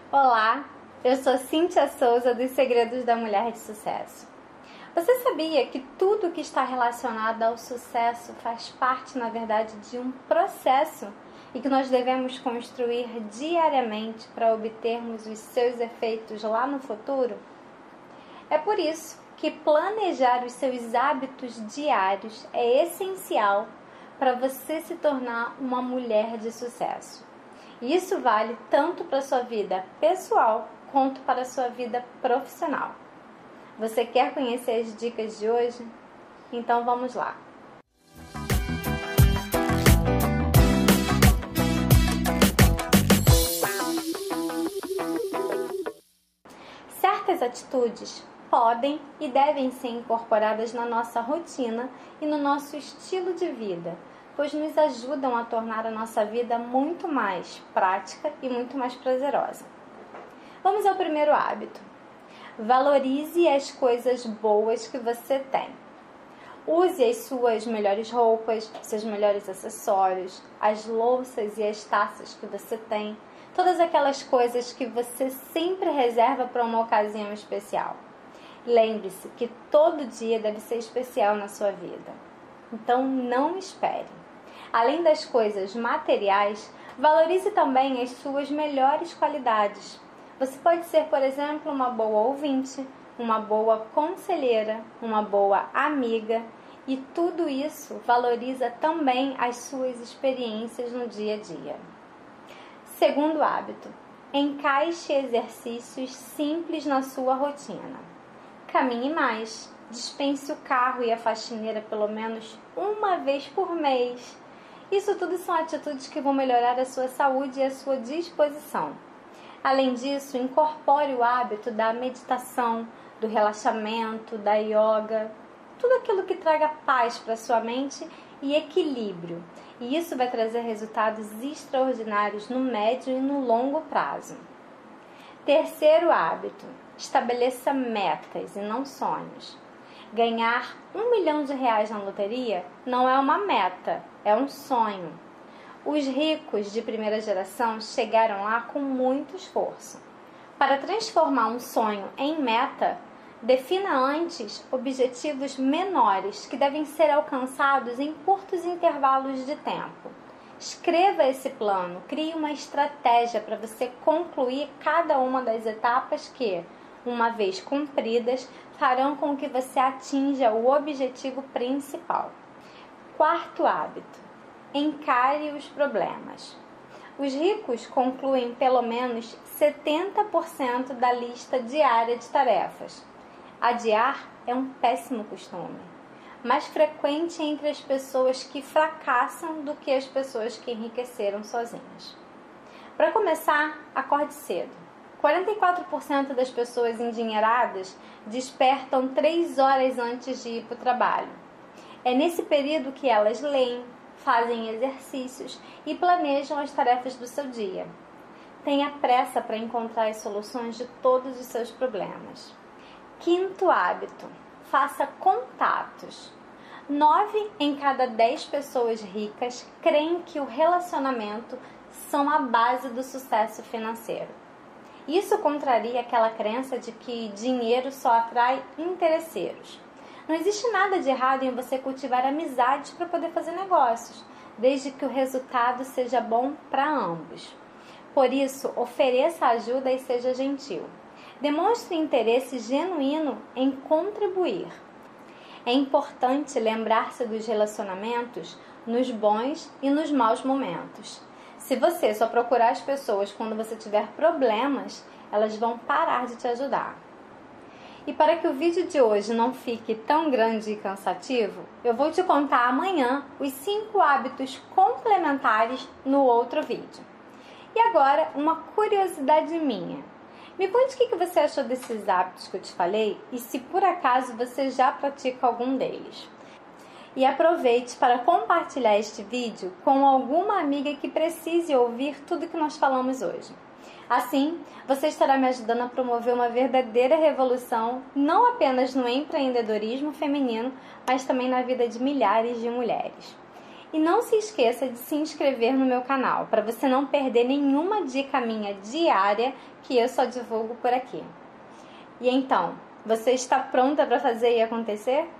Olá, eu sou Cíntia Souza dos Segredos da Mulher de Sucesso. Você sabia que tudo que está relacionado ao sucesso faz parte, na verdade, de um processo e que nós devemos construir diariamente para obtermos os seus efeitos lá no futuro? É por isso que planejar os seus hábitos diários é essencial para você se tornar uma mulher de sucesso. E isso vale tanto para a sua vida pessoal quanto para a sua vida profissional. Você quer conhecer as dicas de hoje? Então vamos lá! Certas atitudes podem e devem ser incorporadas na nossa rotina e no nosso estilo de vida, pois nos ajudam a tornar a nossa vida muito mais prática e muito mais prazerosa. Vamos ao primeiro hábito. Valorize as coisas boas que você tem. Use as suas melhores roupas, seus melhores acessórios, as louças e as taças que você tem, todas aquelas coisas que você sempre reserva para uma ocasião especial. Lembre-se que todo dia deve ser especial na sua vida. Então não espere. Além das coisas materiais, valorize também as suas melhores qualidades. Você pode ser, por exemplo, uma boa ouvinte, uma boa conselheira, uma boa amiga, e tudo isso valoriza também as suas experiências no dia a dia. Segundo hábito, encaixe exercícios simples na sua rotina. Caminhe mais, dispense o carro e a faxineira pelo menos uma vez por mês. Isso tudo são atitudes que vão melhorar a sua saúde e a sua disposição. Além disso, incorpore o hábito da meditação, do relaxamento, da yoga, tudo aquilo que traga paz para a sua mente e equilíbrio. E isso vai trazer resultados extraordinários no médio e no longo prazo. Terceiro hábito, estabeleça metas e não sonhos. Ganhar R$1 milhão na loteria não é uma meta, é um sonho. Os ricos de primeira geração chegaram lá com muito esforço. Para transformar um sonho em meta, defina antes objetivos menores que devem ser alcançados em curtos intervalos de tempo. Escreva esse plano, crie uma estratégia para você concluir cada uma das etapas que, uma vez cumpridas, farão com que você atinja o objetivo principal. Quarto hábito, encare os problemas. Os ricos concluem pelo menos 70% da lista diária de tarefas. Adiar é um péssimo costume, mais frequente entre as pessoas que fracassam do que as pessoas que enriqueceram sozinhas. Para começar, acorde cedo. 44% das pessoas endinheiradas despertam 3 horas antes de ir para o trabalho. É nesse período que elas leem, fazem exercícios e planejam as tarefas do seu dia. Tenha pressa para encontrar as soluções de todos os seus problemas. Quinto hábito, faça contatos. 9 em cada 10 pessoas ricas creem que o relacionamento são a base do sucesso financeiro. Isso contraria aquela crença de que dinheiro só atrai interesseiros. Não existe nada de errado em você cultivar amizades para poder fazer negócios, desde que o resultado seja bom para ambos. Por isso, ofereça ajuda e seja gentil. Demonstre interesse genuíno em contribuir. É importante lembrar-se dos relacionamentos nos bons e nos maus momentos. Se você só procurar as pessoas quando você tiver problemas, elas vão parar de te ajudar. E para que o vídeo de hoje não fique tão grande e cansativo, eu vou te contar amanhã os 5 hábitos complementares no outro vídeo. E agora, uma curiosidade minha. Me conte o que você achou desses hábitos que eu te falei e se por acaso você já pratica algum deles. E aproveite para compartilhar este vídeo com alguma amiga que precise ouvir tudo que nós falamos hoje. Assim, você estará me ajudando a promover uma verdadeira revolução, não apenas no empreendedorismo feminino, mas também na vida de milhares de mulheres. E não se esqueça de se inscrever no meu canal, para você não perder nenhuma dica minha diária que eu só divulgo por aqui. E então, você está pronta para fazer e acontecer?